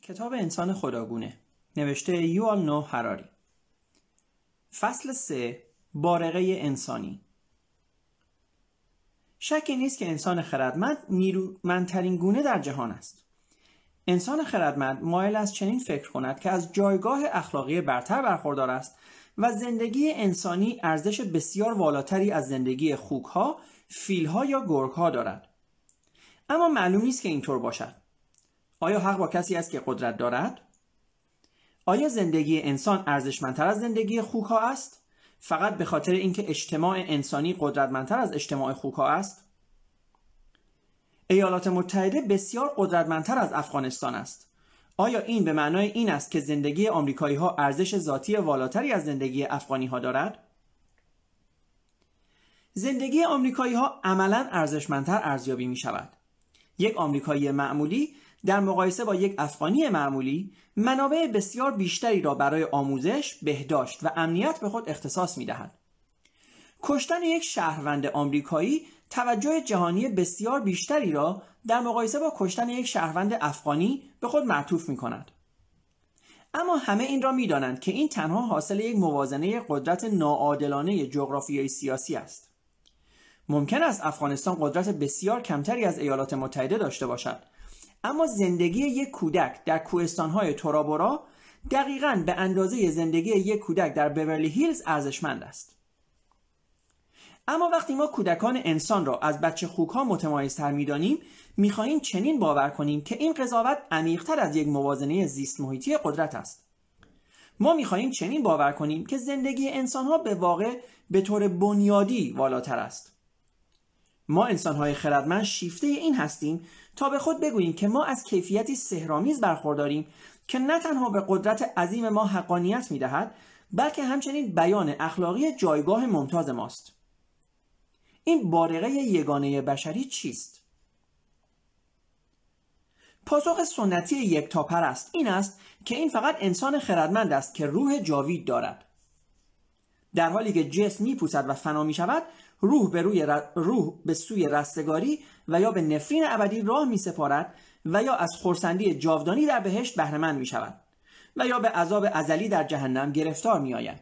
کتاب انسان خداگونه نوشته یوآل نوح هراری. فصل 3 بارقه انسانی. شکی نیست که انسان خردمند نیرومندترین گونه در جهان است. انسان خردمند مایل است چنین فکر کند که از جایگاه اخلاقی برتر برخوردار است و زندگی انسانی ارزش بسیار والاتری از زندگی خوک‌ها، فیل‌ها یا گرگ‌ها دارد. اما معلوم نیست که اینطور باشد. آیا حق با کسی است که قدرت دارد؟ آیا زندگی انسان ارزشمندتر از زندگی خوک‌ها است؟ فقط به خاطر اینکه اجتماع انسانی قدرتمندتر از اجتماع خوک‌ها است؟ ایالات متحده بسیار قدرتمندتر از افغانستان است. آیا این به معنای این است که زندگی آمریکایی‌ها ارزش ذاتی والاتری از زندگی افغانی‌ها دارد؟ زندگی آمریکایی‌ها عملاً ارزشمندتر ارزیابی می‌شود. یک آمریکایی معمولی در مقایسه با یک افغانی معمولی منابع بسیار بیشتری را برای آموزش، بهداشت و امنیت به خود اختصاص می‌دهد. کشتن یک شهروند آمریکایی توجه جهانی بسیار بیشتری را در مقایسه با کشتن یک شهروند افغانی به خود معطوف می‌کند. اما همه این را می‌دانند که این تنها حاصل یک موازنه قدرت ناعادلانه جغرافیایی سیاسی است. ممکن است افغانستان قدرت بسیار کمتری از ایالات متحده داشته باشد، اما زندگی یک کودک در کوهستان‌های تورابورا دقیقاً به اندازه زندگی یک کودک در بیورلی هیلز ارزشمند است. اما وقتی ما کودکان انسان را از بچه خوک‌ها متمایزتر می‌دانیم، می‌خواهیم چنین باور کنیم که این قضاوت عمیق‌تر از یک موازنه زیست محیطی قدرت است. ما می‌خواهیم چنین باور کنیم که زندگی انسان‌ها به واقع به طور بنیادی والاتر است. ما انسان‌های خردمند شیفته این هستیم تا به خود بگوییم که ما از کیفیتی سحرآمیز برخورداریم که نه تنها به قدرت عظیم ما حقانیت می‌دهد، بلکه همچنین بیان اخلاقی جایگاه ممتاز ماست. این بارقه یگانه بشری چیست؟ پاسخ سنتی یکتاپرست این است که این فقط انسان خردمند است که روح جاوید دارد. در حالی که جسم می‌پوسد و فنا می‌شود، روح به سوی رستگاری و یا به نفرین ابدی راه می‌سپارد و یا از خرسندی جاودانی در بهشت بهره‌مند می‌شود و یا به عذاب ازلی در جهنم گرفتار می‌آید.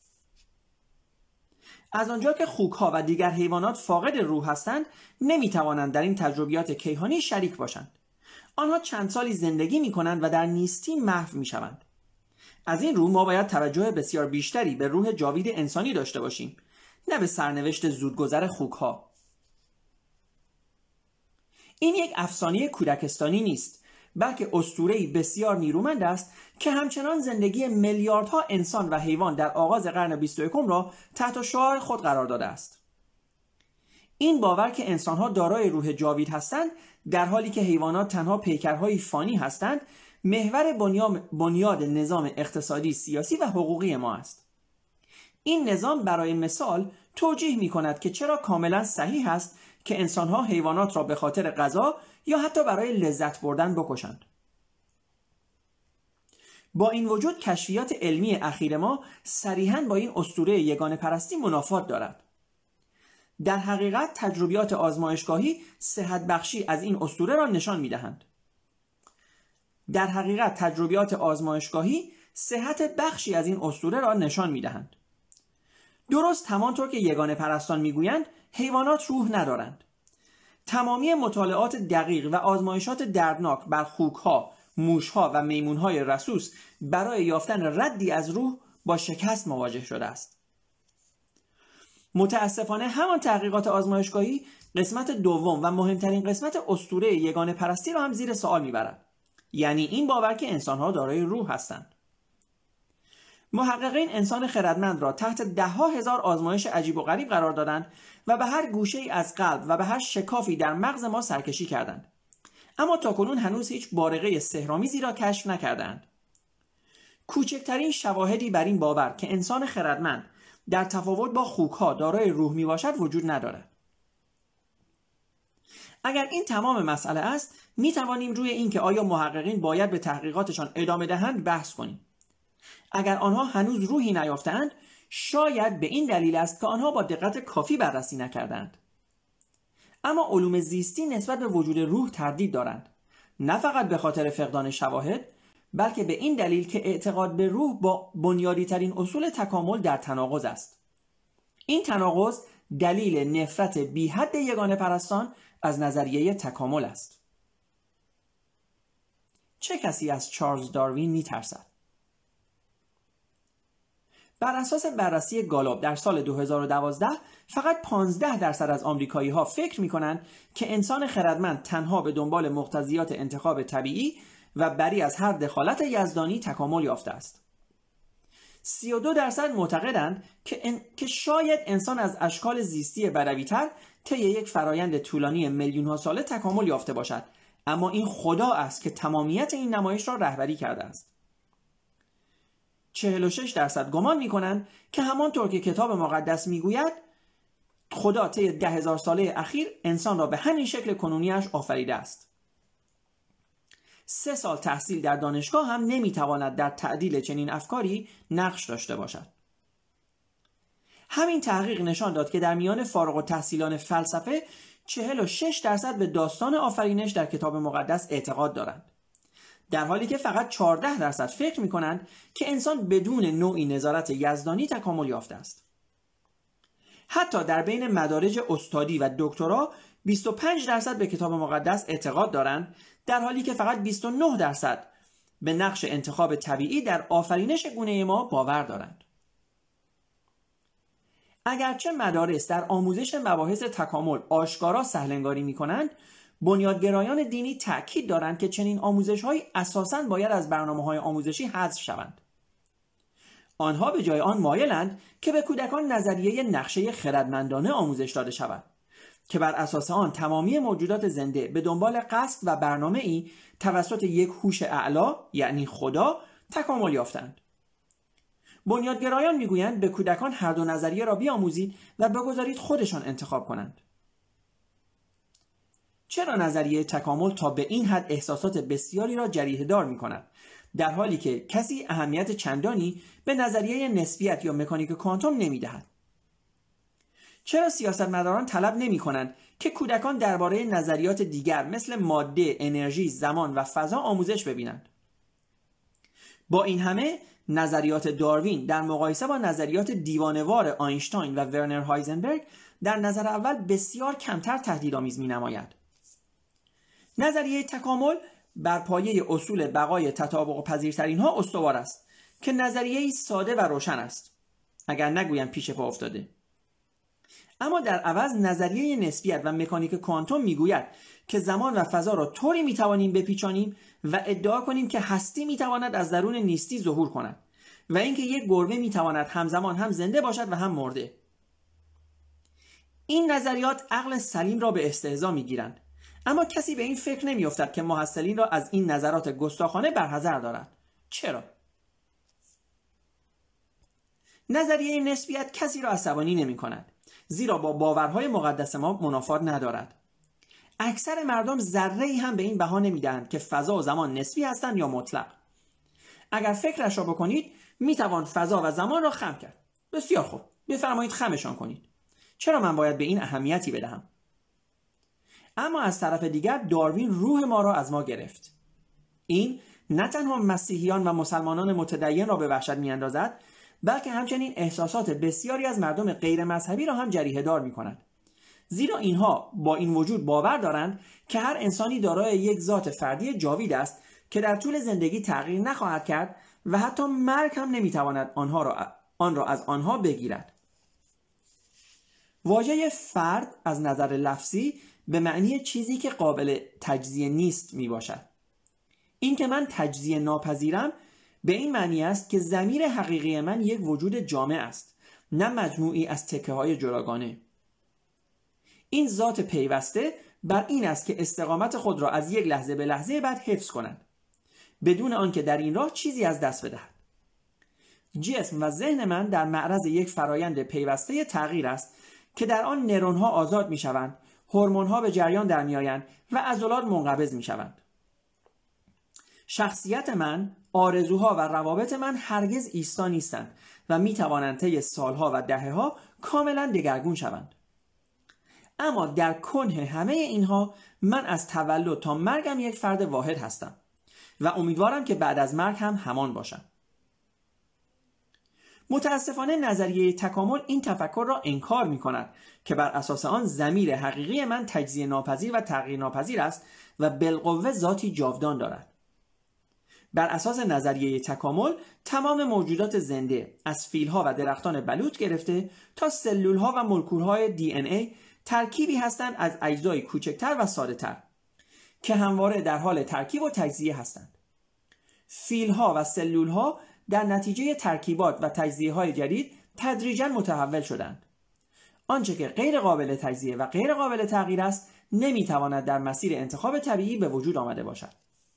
از آنجا که خوک‌ها و دیگر حیوانات فاقد روح هستند، نمی‌توانند در این تجربیات کیهانی شریک باشند. آنها چند سالی زندگی می‌کنند و در نیستی محو می‌شوند. از این رو ما باید توجه بسیار بیشتری به روح جاوید انسانی داشته باشیم، نه به سرنوشت زودگذر خوک‌ها. این یک افسانه کودکستانی نیست، بلکه اسطوره‌ای بسیار نیرومند است که همچنان زندگی میلیاردها انسان و حیوان در آغاز قرن 21 را تحت شعار خود قرار داده است. این باور که انسان‌ها دارای روح جاوید هستند، در حالی که حیوانات تنها پیکرهای فانی هستند، محور بنیاد نظام اقتصادی، سیاسی و حقوقی ما است. این نظام برای مثال توجیه می‌کند که چرا کاملا صحیح است که انسان‌ها حیوانات را به خاطر غذا یا حتی برای لذت بردن بکشند. با این وجود کشفیات علمی اخیر ما صریحاً با این اسطوره یگانه پرستی منافات دارد. در حقیقت تجربیات آزمایشگاهی صحت بخشی از این اسطوره را نشان می‌دهند. درست همانطور که یگانه پرستان میگویند حیوانات روح ندارند. تمامی مطالعات دقیق و آزمایشات دردناک بر خوک‌ها، موش‌ها و میمون‌های رسوس برای یافتن ردی از روح با شکست مواجه شده است. متاسفانه همان تحقیقات آزمایشگاهی قسمت دوم و مهمترین قسمت اسطوره یگانه پرستی را هم زیر سوال میبرد، یعنی این باور که انسان‌ها دارای روح هستند. محققین انسان خردمند را تحت ده‌ها هزار آزمایش عجیب و غریب قرار دادند و به هر گوشه‌ای از قلب و به هر شکافی در مغز ما سرکشی کردند. اما تاکنون هنوز هیچ بارقه سحرآمیزی را کشف نکردند. کوچکترین شواهدی بر این باور که انسان خردمند در تفاوت با خوک‌ها دارای روح میباشد وجود ندارد. اگر این تمام مسئله است، میتوانیم روی این که آیا محققین باید به تحقیقاتشان ادامه دهند بحث کنیم. اگر آنها هنوز روحی نیافتند، شاید به این دلیل است که آنها با دقت کافی بررسی نکردند. اما علوم زیستی نسبت به وجود روح تردید دارند، نه فقط به خاطر فقدان شواهد، بلکه به این دلیل که اعتقاد به روح با بنیادی ترین اصول تکامل در تناقض است. این تناقض دلیل نفرت بی حد یگانه پرستان از نظریه تکامل است. چه کسی از چارلز داروین می‌ترسد؟ بر اساس بررسی گالوب در سال 2012 فقط 15% از آمریکایی‌ها فکر می‌کنند که انسان خردمند تنها به دنبال مقتضیات انتخاب طبیعی و بری از هر دخالت یزدانی تکامل یافته است. 32% معتقدند که شاید انسان از اشکال زیستی بدوی‌تر طی یک فرایند طولانی میلیون‌ها ساله تکامل یافته باشد، اما این خدا است که تمامیت این نمایش را رهبری کرده است. 46% گمان می‌کنند که همانطور که کتاب مقدس می‌گوید خدا طی 10,000 ساله اخیر انسان را به همین شکل کنونیش آفریده است. 3 سال تحصیل در دانشگاه هم نمی‌تواند در تعدیل چنین افکاری نقش داشته باشد. همین تحقیق نشان داد که در میان فارغ التحصیلان فلسفه 46% به داستان آفرینش در کتاب مقدس اعتقاد دارند، در حالی که فقط 14% فکر می‌کنند که انسان بدون نوعی نظارت یزدانی تکامل یافته است. حتی در بین مدارج استادی و دکترا 25% به کتاب مقدس اعتقاد دارند، در حالی که فقط 29% به نقش انتخاب طبیعی در آفرینش گونه ما باور دارند. اگرچه مدارس در آموزش مباحث تکامل آشکارا سهل‌انگاری می‌کنند، بنیادگرایان دینی تأکید دارند که چنین آموزش‌هایی اساساً باید از برنامه‌های آموزشی حذف شوند. آنها به جای آن مایلند که به کودکان نظریه نقشه خردمندانه آموزش داده شود که بر اساس آن تمامی موجودات زنده به دنبال قصد و برنامه‌ای توسط یک هوش اعلی یعنی خدا تکامل یافتند. بنیادگرایان میگویند به کودکان هر دو نظریه را بیاموزید و بگذارید خودشان انتخاب کنند. چرا نظریه تکامل تا به این حد احساسات بسیاری را جریحه دار می‌کند، در حالی که کسی اهمیت چندانی به نظریه نسبیت یا مکانیک کوانتوم نمی‌دهد؟ چرا سیاستمداران طلب نمی‌کنند که کودکان درباره نظریات دیگر مثل ماده، انرژی، زمان و فضا آموزش ببینند؟ با این همه نظریات داروین در مقایسه با نظریات دیوانه‌وار آینشتاین و ورنر هایزنبرگ در نظر اول بسیار کمتر تهدیدآمیز می‌نماید. نظریه تکامل بر پایه اصول بقای تطابق پذیرترین‌ها استوار است که نظریه‌ای ساده و روشن است، اگر نگویم پیش پا افتاده. اما در عوض نظریه نسبیت و مکانیک کوانتوم میگوید که زمان و فضا را طوری میتوانیم بپیچانیم و ادعا کنیم که هستی میتواند از درون نیستی ظهور کند و اینکه یک گربه میتواند همزمان هم زنده باشد و هم مرده. این نظریات عقل سلیم را به استهزا میگیرند، اما کسی به این فکر نمیافتد که محصلین را از این نظرات گستاخانه برحذر دارد. چرا؟ نظریه نسبیت کسی را عصبانی نمی‌کند، زیرا با باورهای مقدس ما منافات ندارد. اکثر مردم ذره‌ای هم به این بها نمی‌دهند که فضا و زمان نسبی هستند یا مطلق. اگر فکرش را بکنید میتوان فضا و زمان را خم کرد. بسیار خوب، بفرمایید خمشان کنید. چرا من باید به این اهمیتی بدهم؟ اما از طرف دیگر داروین روح ما را از ما گرفت. این نه تنها مسیحیان و مسلمانان متدین را به وحشت می‌اندازد، بلکه همچنین احساسات بسیاری از مردم غیر مذهبی را هم جریحه دار می‌کند. زیرا اینها با این وجود باور دارند که هر انسانی دارای یک ذات فردی جاوید است که در طول زندگی تغییر نخواهد کرد و حتی مرگ هم نمی‌تواند آن را از آنها بگیرد. واژه فرد از نظر لفظی به معنی چیزی که قابل تجزیه نیست می باشد. این که من تجزیه ناپذیرم به این معنی است که ضمیر حقیقی من یک وجود جامع است، نه مجموعی از تکه های جداگانه. این ذات پیوسته بر این است که استقامت خود را از یک لحظه به لحظه بعد حفظ کند، بدون آنکه در این راه چیزی از دست بدهد. جسم و ذهن من در معرض یک فرایند پیوسته تغییر است که در آن نورون‌ها آزاد می‌شوند، هورمون‌ها به جریان در می‌آیند و عضلات منقبض می‌شوند. شخصیت من، آرزوها و روابط من هرگز ایستا نیستند و می‌توانند طی سالها و دهه‌ها کاملاً دگرگون شوند. اما در کنه همه اینها من از تولد تا مرگم یک فرد واحد هستم و امیدوارم که بعد از مرگ هم همان باشم. متاسفانه نظریه تکامل این تفکر را انکار می کند که بر اساس آن ضمیر حقیقی من تجزیه ناپذیر و تغییر ناپذیر است و بالقوه ذاتی جاودان دارد. بر اساس نظریه تکامل تمام موجودات زنده از فیل‌ها و درختان بلوط گرفته تا سلول‌ها و مولکول‌های دی ان ای ترکیبی هستند از اجزای کوچکتر و ساده‌تر که همواره در حال ترکیب و تجزیه هستند. فیل‌ها و سلول‌ها در نتیجه ترکیبات و تجزیه‌های جدید تدریجاً متحول شدند. آنچه که غیر قابل تجزیه و غیر قابل تغییر است نمی‌تواند در مسیر انتخاب طبیعی به وجود آمده باشد.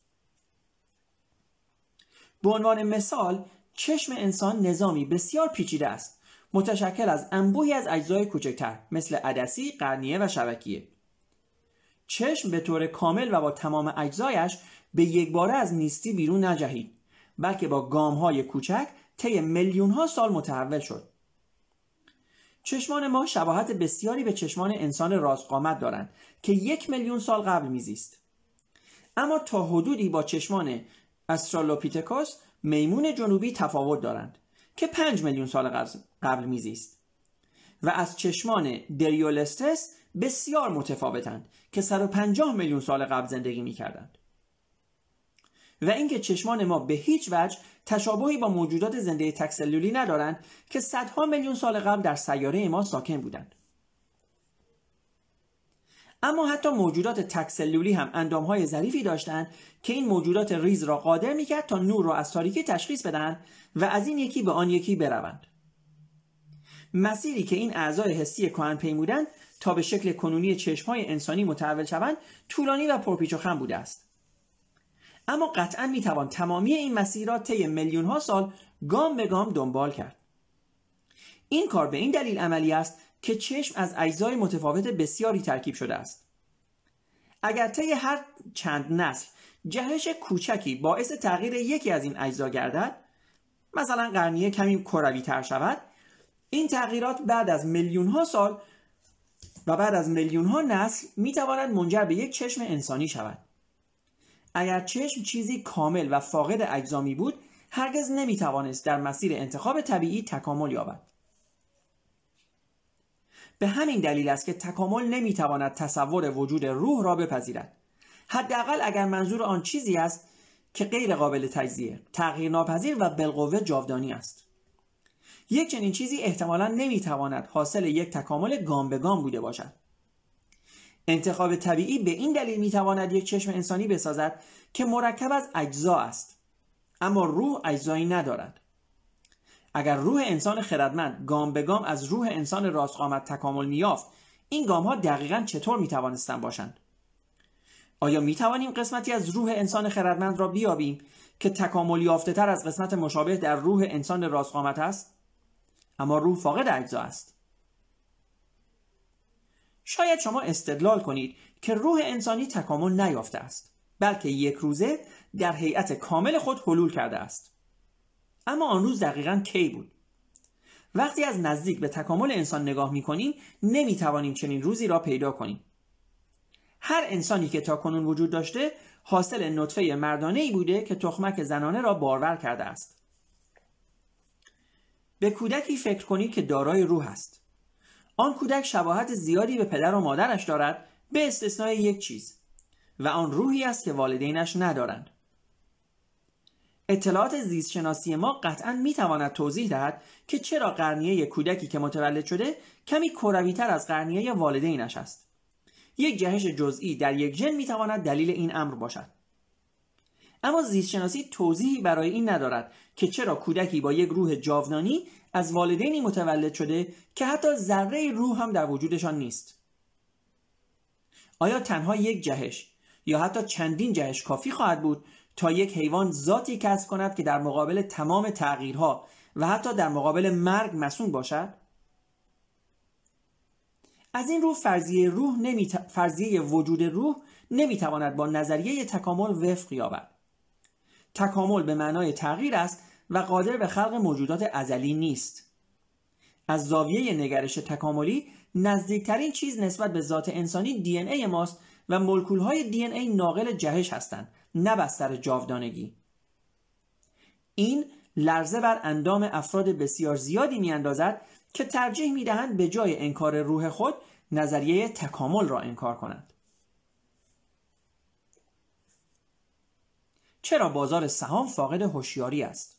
به عنوان مثال، چشم انسان نظامی بسیار پیچیده است، متشکل از انبوهی از اجزای کوچکتر مثل عدسی، قرنیه و شبکیه. چشم به طور کامل و با تمام اجزایش به یکباره از نیستی بیرون نجهید، بلکه با گام‌های کوچک طی میلیون‌ها سال متحول شد. چشمان ما شباهت بسیاری به چشمان انسان راستقامت دارند که 1,000,000 سال قبل میزیست. اما تا حدودی با چشمان استرالوپیتکوس میمون جنوبی تفاوت دارند که 5,000,000 سال قبل میزیست و از چشمان دریولستس بسیار متفاوتند که 150,000,000 سال قبل زندگی میکردند. و اینکه چشمان ما به هیچ وجه تشابهی با موجودات زنده تک‌سلولی ندارند که صدها میلیون سال قبل در سیاره ما ساکن بودند. اما حتی موجودات تک‌سلولی هم اندامهای ظریفی داشتند که این موجودات ریز را قادر میکرد تا نور را از تاریکی تشخیص بدهند و از این یکی به آن یکی بروند. مسیری که این اعضای حسی کهن پیمودند تا به شکل کنونی چشم‌های انسانی متحول شوند طولانی و پرپیچ و خم بوده است. اما قطعاً میتوان تمامی این مسیر را طی میلیون‌ها سال گام به گام دنبال کرد. این کار به این دلیل عملی است که چشم از اجزای متفاوت بسیاری ترکیب شده است. اگر طی هر چند نسل جهش کوچکی باعث تغییر یکی از این اجزا گردد، مثلا قرنیه کمی کروی تر شود، این تغییرات بعد از میلیون‌ها سال و بعد از میلیون‌ها نسل میتواند منجر به یک چشم انسانی شود. اگر چشم چیزی کامل و فاقد اجزا می بود، هرگز نمیتوانست در مسیر انتخاب طبیعی تکامل یابد. به همین دلیل است که تکامل نمیتواند تصور وجود روح را بپذیرد، حداقل اگر منظور آن چیزی است که غیر قابل تجزیه، تغییر ناپذیر و بالقوه جاودانی است. یک چنین چیزی احتمالاً نمیتواند حاصل یک تکامل گام به گام بوده باشد. انتخاب طبیعی به این دلیل میتواند یک چشم انسانی بسازد که مرکب از اجزا است، اما روح اجزایی ندارد. اگر روح انسان خردمند گام به گام از روح انسان راستقامت تکامل می‌یافت، این گام‌ها دقیقاً چطور میتوانستند باشند؟ آیا میتوانیم قسمتی از روح انسان خردمند را بیابیم که تکامل یافته‌تر از قسمت مشابه در روح انسان راستقامت است، اما روح فاقد اجزا است؟ شاید شما استدلال کنید که روح انسانی تکامل نیافته است، بلکه یک روزه در هیئت کامل خود حلول کرده است. اما آن روز دقیقاً کی بود؟ وقتی از نزدیک به تکامل انسان نگاه می‌کنیم، نمی‌توانیم چنین روزی را پیدا کنیم. هر انسانی که تاکنون وجود داشته، حاصل نطفه مردانه‌ای بوده که تخمک زنانه را بارور کرده است. به کودکی فکر کنید که دارای روح است. آن کودک شباهت زیادی به پدر و مادرش دارد، به استثنای یک چیز، و آن روحی است که والدینش ندارند. اطلاعات زیستشناسی ما قطعاً میتواند توضیح دهد که چرا قرنیه کودکی که متولد شده کمی کروی‌تر از قرنیه والدینش است. یک جهش جزئی در یک ژن میتواند دلیل این امر باشد. اما زیستشناسی توضیحی برای این ندارد که چرا کودکی با یک روح جاودانی از والدینی متولد شده که حتی ذره روح هم در وجودشان نیست. آیا تنها یک جهش یا حتی چندین جهش کافی خواهد بود تا یک حیوان ذاتی کسب کند که در مقابل تمام تغییرها و حتی در مقابل مرگ مصون باشد؟ از این رو فرضیه وجود روح نمیتواند با نظریه تکامل وفق یابد. تکامل به معنای تغییر است و قادر به خلق موجودات ازلی نیست. از زاویه نگرش تکاملی نزدیکترین چیز نسبت به ذات انسانی دی ان ای ماست و مولکول‌های دی ان ای ناقل جهش هستند نه بستر جاودانگی. این لرزه بر اندام افراد بسیار زیادی میاندازد که ترجیح میدهند به جای انکار روح خود نظریه تکامل را انکار کنند. چرا بازار سهام فاقد هوشیاری است؟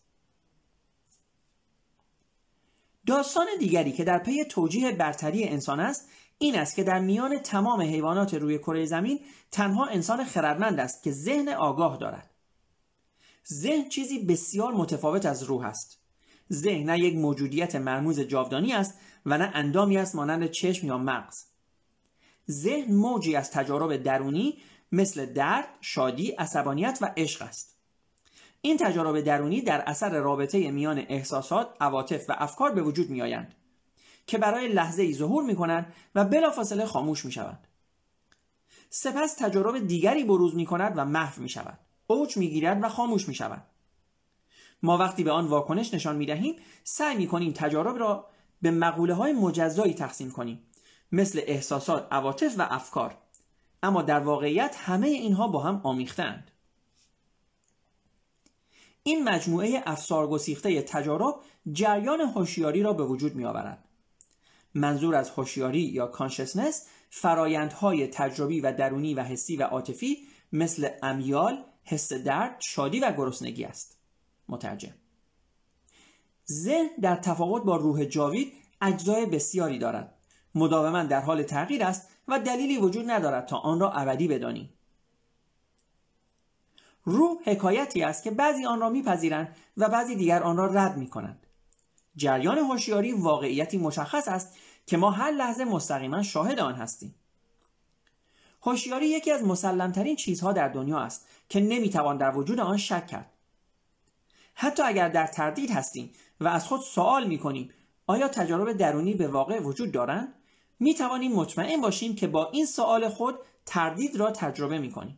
داستان دیگری که در پی توجیه برتری انسان است این است که در میان تمام حیوانات روی کره زمین تنها انسان خردمند است که ذهن آگاه دارد. ذهن چیزی بسیار متفاوت از روح است. ذهن نه یک موجودیت مرموز جاودانی است و نه اندامی است مانند چشم یا مغز. ذهن موجی از تجارب درونی مثل درد، شادی، عصبانیت و عشق است. این تجارب درونی در اثر رابطه میان احساسات، عواطف و افکار به وجود می آیند که برای لحظه‌ای ظهور می کنند و بلافاصله خاموش می شوند. سپس تجارب دیگری بروز می کند و محو می شود. اوج می گیرد و خاموش می شود. ما وقتی به آن واکنش نشان می دهیم سعی می کنیم تجارب را به مقوله های مجزایی تقسیم کنیم مثل احساسات، عواطف و افکار، اما در واقعیت همه اینها با هم آمیخته‌اند. این مجموعه افسارگسیخته تجارب جریان هوشیاری را به وجود می آورد. منظور از هوشیاری یا کانشسنس فرایندهای تجربی و درونی و حسی و عاطفی مثل امیال، حس درد، شادی و گرسنگی است. مترجم: ذهن در تفاوت با روح جاوید اجزای بسیاری دارد. مداوما در حال تغییر است و دلیلی وجود ندارد تا آن را ابدی بدانیم. روح حکایتی است که بعضی آن را میپذیرند و بعضی دیگر آن را رد میکنند. جریان هوشیاری واقعیتی مشخص است که ما هر لحظه مستقیما شاهد آن هستیم. هوشیاری یکی از مسلم‌ترین چیزها در دنیا است که نمیتوان در وجود آن شک کرد. حتی اگر در تردید هستیم و از خود سوال میکنیم آیا تجارب درونی به واقع وجود دارند، میتوانیم مطمئن باشیم که با این سوال خود تردید را تجربه میکنیم.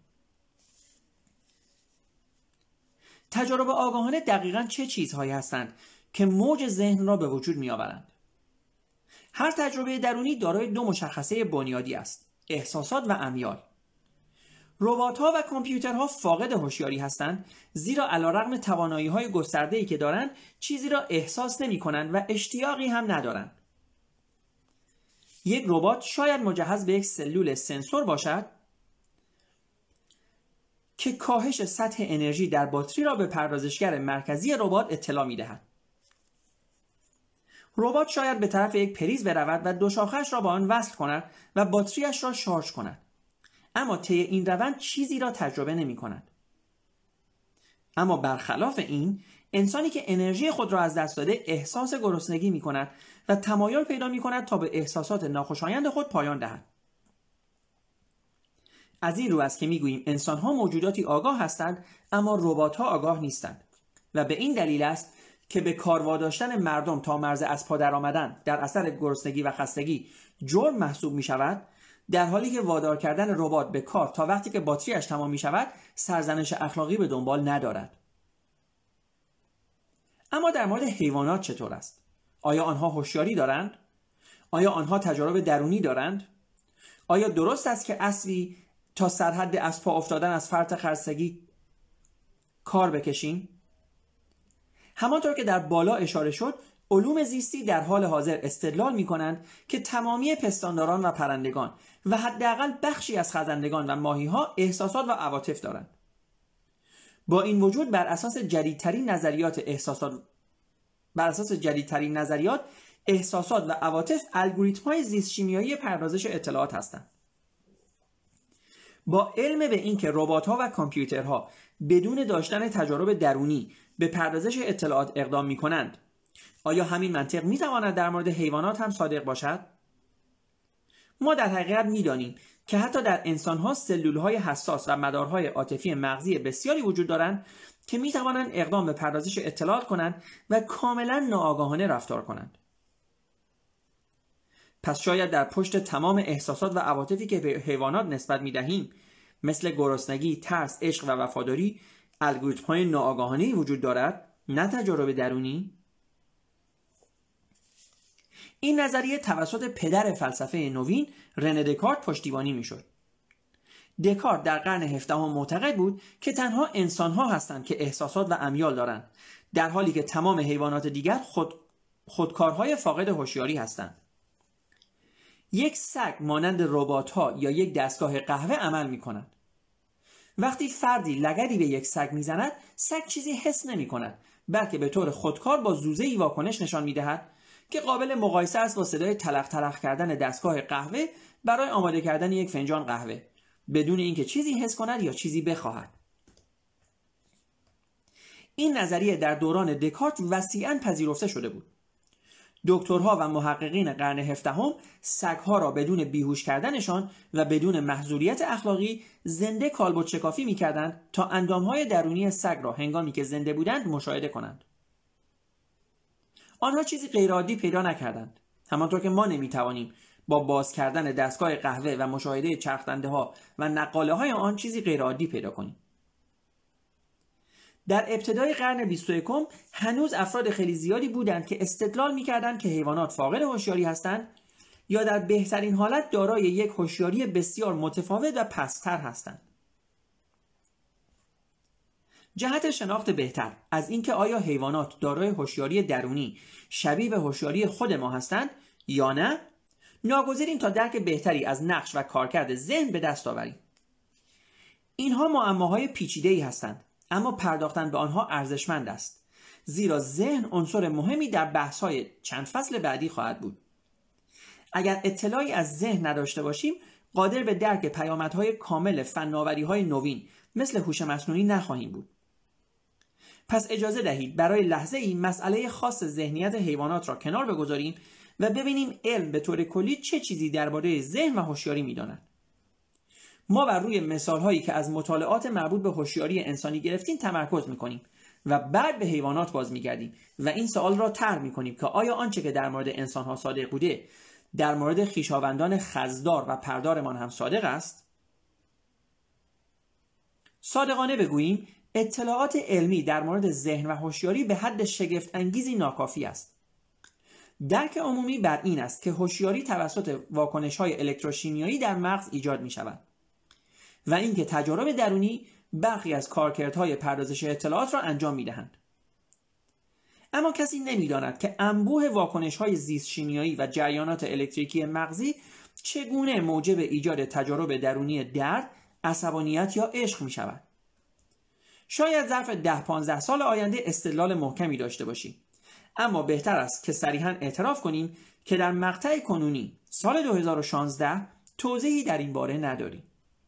تجارب آگاهانه دقیقاً چه چیزهایی هستند که موج ذهن را به وجود میآورند؟ هر تجربه درونی دارای دو مشخصه بنیادی است: احساسات و امیال. ربات‌ها و کامپیوترها فاقد هوشیاری هستند، زیرا علیرغم توانایی‌های گسترده‌ای که دارند چیزی را احساس نمی‌کنند و اشتیاقی هم ندارند. یک ربات شاید مجهز به یک سلول سنسور باشد که کاهش سطح انرژی در باتری را به پردازشگر مرکزی ربات اطلاع می‌دهد. ربات شاید به طرف یک پریز برود و دو شاخه‌اش را با آن وصل کند و باتریش را شارژ کند. اما طی این روند چیزی را تجربه نمی‌کند. اما برخلاف این، انسانی که انرژی خود را از دست داده احساس گرسنگی می‌کند و تمایل پیدا می‌کند تا به احساسات ناخوشایند خود پایان دهد. از این رو است که می‌گوییم انسان‌ها موجوداتی آگاه هستند اما ربات‌ها آگاه نیستند و به این دلیل است که به کار واداشتن مردم تا مرز از پا درآمدن در اثر گرسنگی و خستگی جرم محسوب می‌شود، در حالی که وادار کردن ربات به کار تا وقتی که باتریش تمام می‌شود سرزنش اخلاقی به دنبال ندارد. اما در مورد حیوانات چطور است؟ آیا آنها هوشیاری دارند؟ آیا آنها تجارب درونی دارند؟ آیا درست است که اسبی تا سرحد از پا افتادن از فرط خستگی کار بکشیم؟ همانطور که در بالا اشاره شد، علوم زیستی در حال حاضر استدلال می‌کنند که تمامی پستانداران و پرندگان و حداقل بخشی از خزندگان و ماهی‌ها احساسات و عواطف دارند. با این وجود بر اساس جدیدترین نظریات احساسات و عواطف الگوریتم‌های زیست شیمیایی پردازش اطلاعات هستند. با علم به این که ربات‌ها و کامپیوترها بدون داشتن تجارب درونی به پردازش اطلاعات اقدام می‌کنند، آیا همین منطق می‌تواند در مورد حیوانات هم صادق باشد؟ ما در حقیقت می‌دانیم که حتی در انسان‌ها سلول‌های حساس و مدارهای عاطفی مغزی بسیاری وجود دارند که می‌توانند اقدام به پردازش اطلاعات کنند و کاملاً ناآگاهانه رفتار کنند. پس شاید در پشت تمام احساسات و عواطفی که به حیوانات نسبت می‌دهیم، مثل گرسنگی، ترس، عشق و وفاداری، الگوریتم‌های ناآگاهانه‌ای وجود دارد، نه تجارب درونی؟ این نظریه توسط پدر فلسفه نوین رنه دکارت پشتیبانی می‌شد. دکارت در قرن 17 معتقد بود که تنها انسان‌ها هستند که احساسات و امیال دارند، در حالی که تمام حیوانات دیگر خودکارهای فاقد هوشیاری هستند. یک سگ مانند ربات‌ها یا یک دستگاه قهوه عمل می‌کند. وقتی فردی لگدی به یک سگ می‌زند، سگ چیزی حس نمی‌کند، بلکه به طور خودکار با زوزه‌ای واکنش نشان می‌دهد که قابل مقایسه است با صدای تلق تلق کردن دستگاه قهوه برای آماده کردن یک فنجان قهوه، بدون اینکه چیزی حس کند یا چیزی بخواهد. این نظریه در دوران دکارت وسیعاً پذیرفته شده بود. دکترها و محققین قرن 17 سگها را بدون بیهوش کردنشان و بدون محضوریت اخلاقی زنده کالبد شکافی می‌کردند تا اندامهای درونی سگ را هنگامی که زنده بودند مشاهده کنند. آنها چیزی غیرعادی پیدا نکردند، همانطور که ما نمی‌توانیم با باز کردن دستگاه قهوه و مشاهده چرخدنده‌ها و نقاله‌های آن چیزی غیرعادی پیدا کنیم. در ابتدای قرن 21 هنوز افراد خیلی زیادی بودند که استدلال می‌کردند که حیوانات فاقد هوشیاری هستند یا در بهترین حالت دارای یک هوشیاری بسیار متفاوت و پست‌تر هستند. جهت شناخت بهتر از اینکه آیا حیوانات دارای هوشیاری درونی شبیه به هوشیاری خود ما هستند یا نه، ناگزیریم تا درک بهتری از نقش و کارکرد ذهن به دست آوریم. اینها معماهای پیچیده‌ای هستند، اما پرداختن به آنها ارزشمند است، زیرا ذهن عنصر مهمی در بحث‌های چند فصل بعدی خواهد بود. اگر اطلاعی از ذهن نداشته باشیم، قادر به درک پیامدهای کامل فناوری‌های نوین مثل هوش مصنوعی نخواهیم بود. پس اجازه دهید برای لحظه‌ای مسئله خاص ذهنیت حیوانات را کنار بگذاریم و ببینیم علم به طور کلی چه چیزی درباره ذهن و هوشیاری می‌داند. ما بر روی مثال‌هایی که از مطالعات مربوط به هوشیاری انسانی گرفتیم تمرکز می‌کنیم و بعد به حیوانات باز می‌گردیم و این سوال را طرح می‌کنیم که آیا آنچه که در مورد انسان‌ها صادق بوده در مورد خویشاوندان خزدار و پردارمان هم صادق است؟ صادقانه بگوییم اطلاعات علمی در مورد ذهن و هوشیاری به حد شگفت انگیزی ناکافی است. درک عمومی بر این است که هوشیاری توسط واکنش‌های الکتروشیمیایی در مغز ایجاد می‌شود و اینکه تجارب درونی برخی از کارکردهای پردازش اطلاعات را انجام می‌دهند. اما کسی نمی‌داند که انبوه واکنش‌های زیست شیمیایی و جریانات الکتریکی مغزی چگونه موجب ایجاد تجارب درونی درد، عصبانیت یا عشق می‌شود. شاید ظرف 10-15 سال آینده استدلال محکمی داشته باشیم، اما بهتر است که صریحاً اعتراف کنیم که در مقطع کنونی سال 2016 توضیحی در این باره نداریم.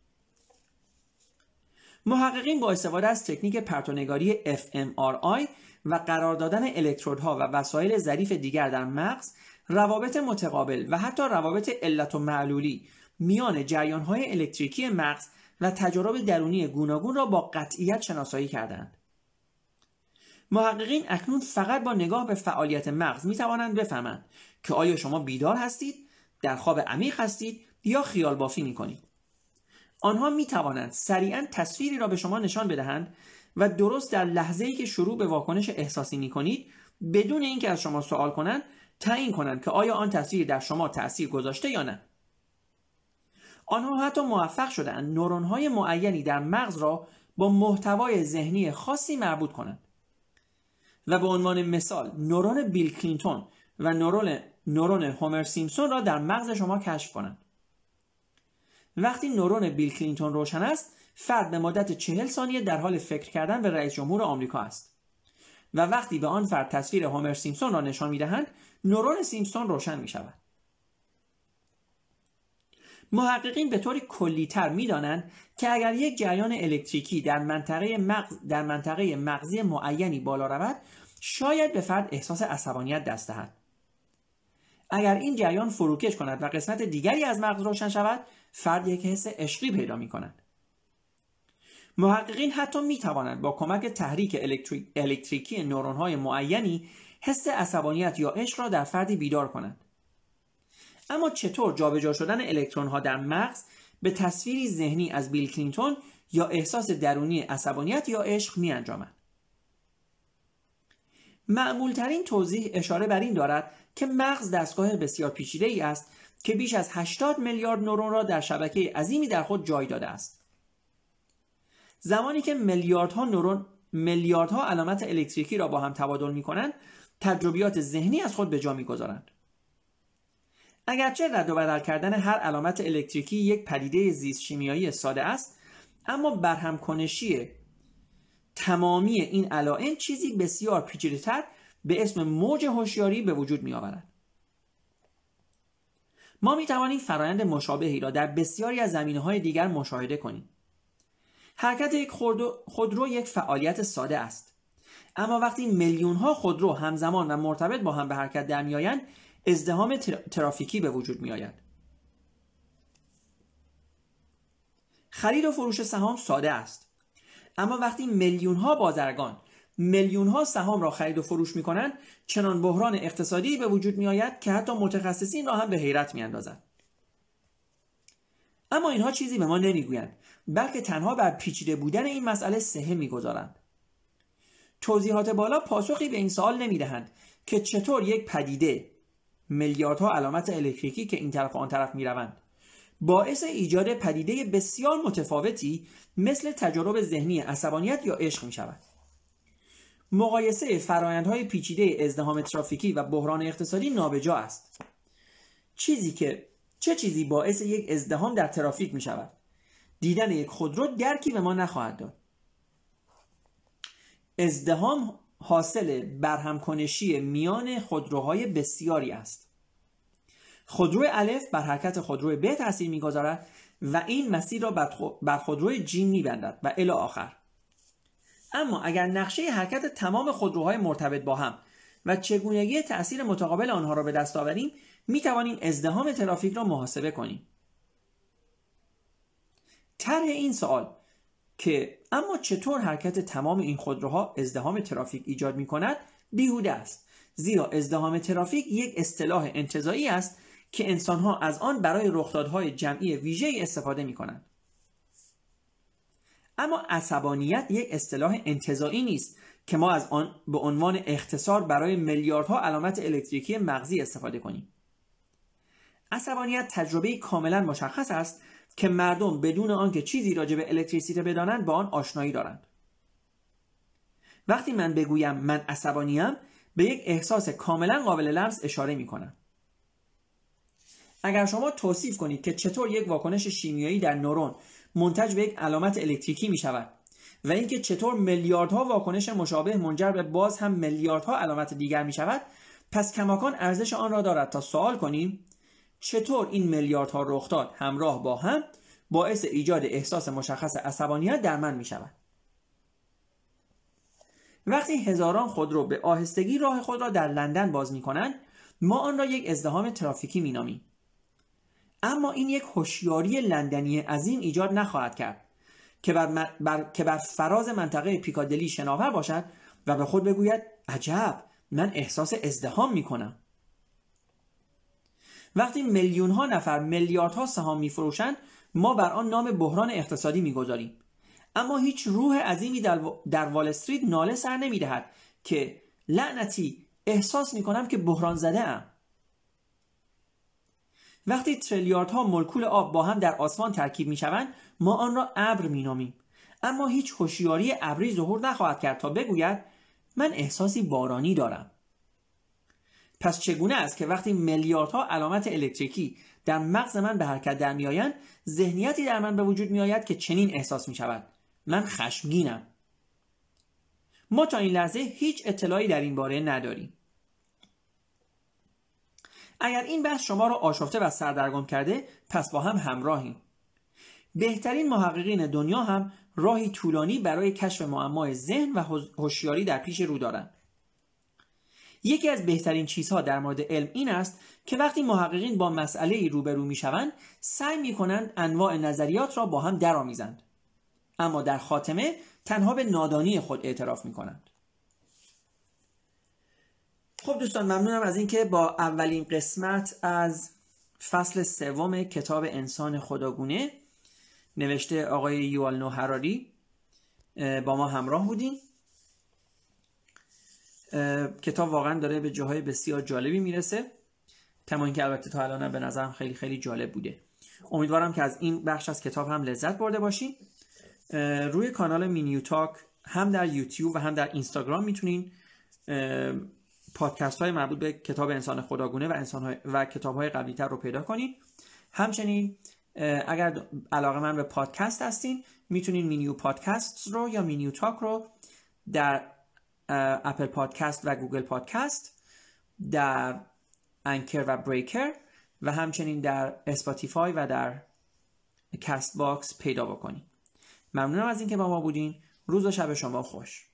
محققین با استفاده از تکنیک پرتونگاری fMRI و قرار دادن الکترودها و وسایل ظریف دیگر در مغز روابط متقابل و حتی روابط علت و معلولی میان جریان‌های الکتریکی مغز و تجارب درونی گوناگون را با قطعیت شناسایی کردند. محققین اکنون فقط با نگاه به فعالیت مغز می توانند بفهمند که آیا شما بیدار هستید، در خواب عمیق هستید یا خیال بافی می کنید. آنها می توانند سریعاً تصویری را به شما نشان بدهند و درست در لحظه‌ای که شروع به واکنش احساسی می کنید، بدون اینکه از شما سوال کنند، تعیین کنند که آیا آن تصویر در شما تأثیر گذاشته یا نه. آنها حتی موفق شدند نورون‌های معینی در مغز را با محتوای ذهنی خاصی مربوط کنند. و به عنوان مثال نورون بیل کلینتون و نورون هومر سیمپسون را در مغز شما کشف کنند. وقتی نورون بیل کلینتون روشن است، فرد به مدت 40 ثانیه در حال فکر کردن به رئیس جمهور آمریکا است و وقتی به آن فرد تصویر هومر سیمپسون را نشان می‌دهند، نورون سیمپسون روشن می‌شود. محققین به طور کلی‌تر می‌دانند که اگر یک جریان الکتریکی در منطقه مغزی معینی بالا رود، شاید به فرد احساس عصبانیت دست دهد. اگر این جریان فروکش کند و قسمت دیگری از مغز روشن شود، فرد یک حس عشقی پیدا می‌کند. محققین حتی می‌توانند با کمک تحریک الکتریکی نورون‌های معینی حس عصبانیت یا عشق را در فردی بیدار کنند. اما چطور جابجا شدن الکترون‌ها در مغز به تصویری ذهنی از بیل کلینتون یا احساس درونی عصبانیت یا عشق می‌انجامد؟ معمول‌ترین توضیح اشاره بر این دارد که مغز دستگاه بسیار پیچیده‌ای است که بیش از 80 میلیارد نورون را در شبکه عظیمی در خود جای داده است. زمانی که میلیاردها نورون میلیاردها علامت الکتریکی را با هم تبادل می‌کنند، تجربیات ذهنی از خود به جا می‌گذارند. اگرچه رد و بدل کردن هر علامت الکتریکی یک پدیده زیست شیمیایی ساده است، اما برهم کنشی تمامی این علائم چیزی بسیار پیچیده‌تر به اسم موج هوشیاری به وجود می‌آورد. ما می‌توانیم فرآیند مشابهی را در بسیاری از زمینه‌های دیگر مشاهده کنیم. حرکت یک خودرو یک فعالیت ساده است، اما وقتی میلیون‌ها خودرو همزمان و مرتبط با هم به حرکت در می‌آیند، ازدحام ترافیکی به وجود می‌آید. خرید و فروش سهام ساده است، اما وقتی میلیون‌ها بازرگان میلیون‌ها سهام را خرید و فروش می‌کنند، چنان بحران اقتصادی به وجود می‌آید که حتی متخصصین را هم به حیرت می‌اندازد. اما اینها چیزی به ما نمی‌گویند، بلکه تنها بر پیچیده بودن این مسئله سهم می‌گذارند. توضیحات بالا پاسخی به این سوال نمی‌دهند که چطور یک پدیده، میلیاردها علامت الکتریکی که این طرف و آن طرف می‌روند، باعث ایجاد پدیده بسیار متفاوتی مثل تجارب ذهنی عصبانیت یا عشق می‌شود. مقایسه فرآیندهای پیچیده ازدحام ترافیکی و بحران اقتصادی نابجا است. چه چیزی باعث یک ازدحام در ترافیک می‌شود؟ دیدن یک خودرو درکی به ما نخواهد داد. ازدحام حاصل برهم کنشی میان خودروهای بسیاری است. خودرو الف بر حرکت خودرو ب تأثیر می‌گذارد و این مسیر را بر خودرو ج می‌بندد و الی آخر. اما اگر نقشه حرکت تمام خودروهای مرتبط با هم و چگونگی تأثیر متقابل آنها را به دست آوریم، می‌توانیم ازدحام ترافیک را محاسبه کنیم. طرح این سوال که اما چطور حرکت تمام این خودروها ازدحام ترافیک ایجاد می‌کند بیهوده است، زیرا ازدحام ترافیک یک اصطلاح انتزاعی است که انسان‌ها از آن برای رخدادهای جمعی ویژه‌ای استفاده می‌کنند. اما عصبانیت یک اصطلاح انتزاعی نیست که ما از آن به عنوان اختصار برای میلیاردها علامت الکتریکی مغزی استفاده کنیم. عصبانیت تجربه کاملا مشخص است که مردم بدون آنکه چیزی راجع به الکتریسیته بدانند با آن آشنایی دارند. وقتی من بگویم من عصبانیم، به یک احساس کاملا قابل لمس اشاره می‌کنم. اگر شما توصیف کنید که چطور یک واکنش شیمیایی در نورون منتج به یک علامت الکتریکی می شود و اینکه چطور میلیاردها واکنش مشابه منجر به باز هم میلیاردها علامت دیگر می شود، پس کماکان ارزش آن را دارد تا سوال کنیم چطور این میلیاردها رخداد همراه با هم باعث ایجاد احساس مشخص عصبانیت در من می شود. وقتی هزاران خودرو به آهستگی راه خود را در لندن باز می کنند، ما آن را یک ازدحام ترافیکی می نامیم. اما این یک هوشیاری لندنی عظیم ایجاد نخواهد کرد که بر فراز منطقه پیکادلی شناور باشد و به خود بگوید عجب، من احساس ازدحام می کنم. وقتی میلیون‌ها نفر میلیاردها سهام می‌فروشند، ما بر آن نام بحران اقتصادی می‌گذاریم. اما هیچ روح عظیمی در وال استریت ناله سر نمی‌دهد که لعنتی احساس می‌کنم که بحران زده‌ام. وقتی تریلیاردها مولکول آب با هم در آسمان ترکیب می‌شوند، ما آن را ابر می‌نامیم. اما هیچ هوشیاری ابری ظهور نخواهد کرد تا بگوید من احساسی بارانی دارم. پس چگونه است که وقتی میلیاردها علامت الکتریکی در مغز من به حرکت در میآیند، ذهنیتی در من به وجود میآید که چنین احساس می شود: من خشمگینم. ما تا این لحظه هیچ اطلاعی در این باره نداریم. اگر این بحث شما را آشفته و سردرگم کرده، پس با هم همراهیم. بهترین محققین دنیا هم راهی طولانی برای کشف معمای ذهن و هوشیاری در پیش رو دارند. یکی از بهترین چیزها در مورد علم این است که وقتی محققین با مسئله‌ای روبرو می‌شوند، سعی می‌کنند انواع نظریات را با هم درآمیزند، اما در خاتمه تنها به نادانی خود اعتراف می‌کنند. خب دوستان، ممنونم از اینکه با اولین قسمت از فصل 3 کتاب انسان خداگونه نوشته آقای یوال نوح هراری با ما همراه بودین. کتاب واقعا داره به جاهای بسیار جالبی میرسه، کما اینکه البته تا الان به نظرم خیلی خیلی جالب بوده. امیدوارم که از این بخش از کتاب هم لذت برده باشین. روی کانال مینیو تاک هم در یوتیوب و هم در اینستاگرام میتونین پادکست های مربوط به کتاب انسان خداگونه و کتاب های قبلی تر رو پیدا کنین. همچنین اگر علاقه من به پادکست هستین میتونین مینیو پادکست رو یا مینیو تاک رو در اپل پادکست و گوگل پادکست، در انکر و بریکر و همچنین در اسپاتیفای و در کست باکس پیدا بکنین. ممنونم از اینکه با ما بودین. روز و شب شما خوش.